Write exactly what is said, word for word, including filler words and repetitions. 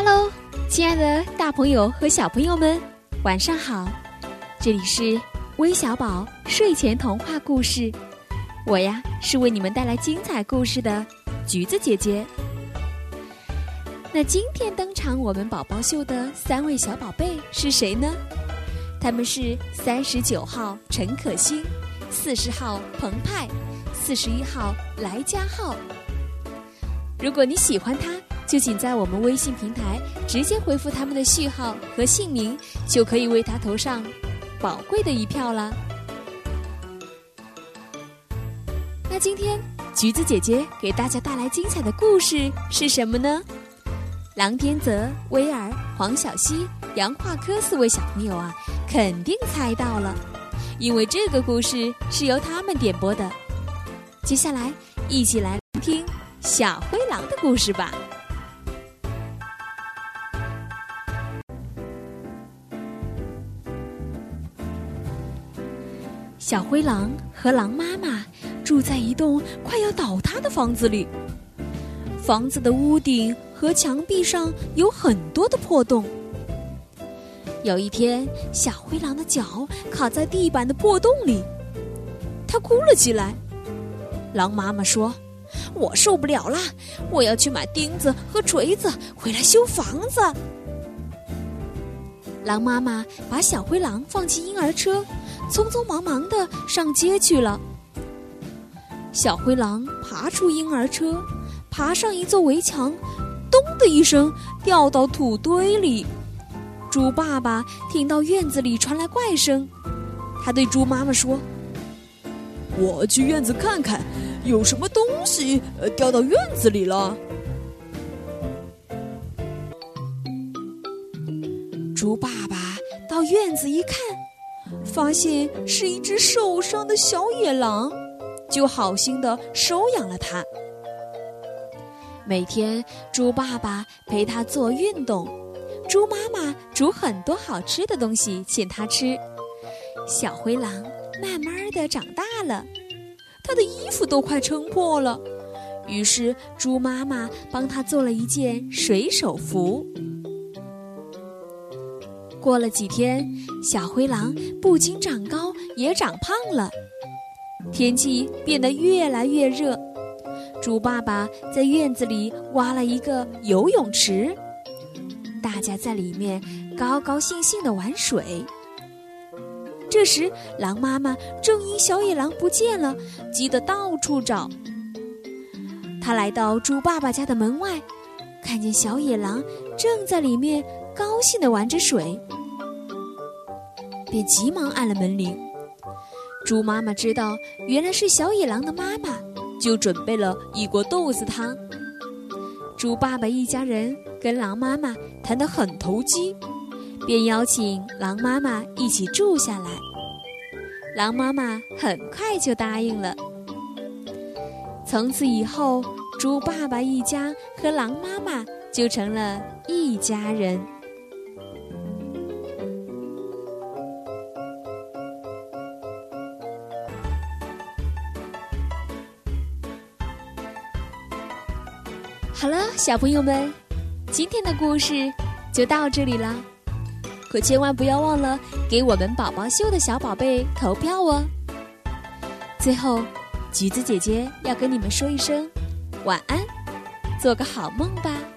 Hello， 亲爱的大朋友和小朋友们，晚上好！这里是微小宝睡前童话故事，我呀是为你们带来精彩故事的橘子姐姐。那今天登场我们宝宝秀的三位小宝贝是谁呢？他们是三十九号陈可辛、四十号澎湃、四十一号来家浩。如果你喜欢他，就请在我们微信平台直接回复他们的序号和姓名，就可以为他投上宝贵的一票了。那今天橘子姐姐给大家带来精彩的故事是什么呢？郎天泽、威尔、黄小溪、杨化科四位小朋友啊，肯定猜到了，因为这个故事是由他们点播的。接下来一起来听小灰狼的故事吧。小灰狼和狼妈妈住在一栋快要倒塌的房子里，房子的屋顶和墙壁上有很多的破洞。有一天，小灰狼的脚卡在地板的破洞里，他哭了起来。狼妈妈说：“我受不了了，我要去买钉子和锤子回来修房子。”狼妈妈把小灰狼放进婴儿车，匆匆忙忙地上街去了。小灰狼爬出婴儿车，爬上一座围墙，咚的一声掉到土堆里。猪爸爸听到院子里传来怪声，他对猪妈妈说：“ 我去院子看看，有什么东西呃掉到院子里了。” 猪爸爸到院子一看，发现是一只受伤的小野狼，就好心地收养了它。每天猪爸爸陪它做运动，猪妈妈煮很多好吃的东西请它吃。小灰狼慢慢地长大了，它的衣服都快撑破了，于是猪妈妈帮它做了一件水手服。过了几天，小灰狼不仅长高也长胖了。天气变得越来越热，猪爸爸在院子里挖了一个游泳池，大家在里面高高兴兴地玩水。这时狼妈妈正因小野狼不见了，急得到处找。她来到猪爸爸家的门外，看见小野狼正在里面高兴地玩着水，便急忙按了门铃。猪妈妈知道原来是小野狼的妈妈，就准备了一锅豆子汤。猪爸爸一家人跟狼妈妈谈得很投机，便邀请狼妈妈一起住下来。狼妈妈很快就答应了。从此以后，猪爸爸一家和狼妈妈就成了一家人。好了，小朋友们，今天的故事就到这里了，可千万不要忘了给我们宝宝秀的小宝贝投票哦。最后，橘子姐姐要跟你们说一声晚安，做个好梦吧。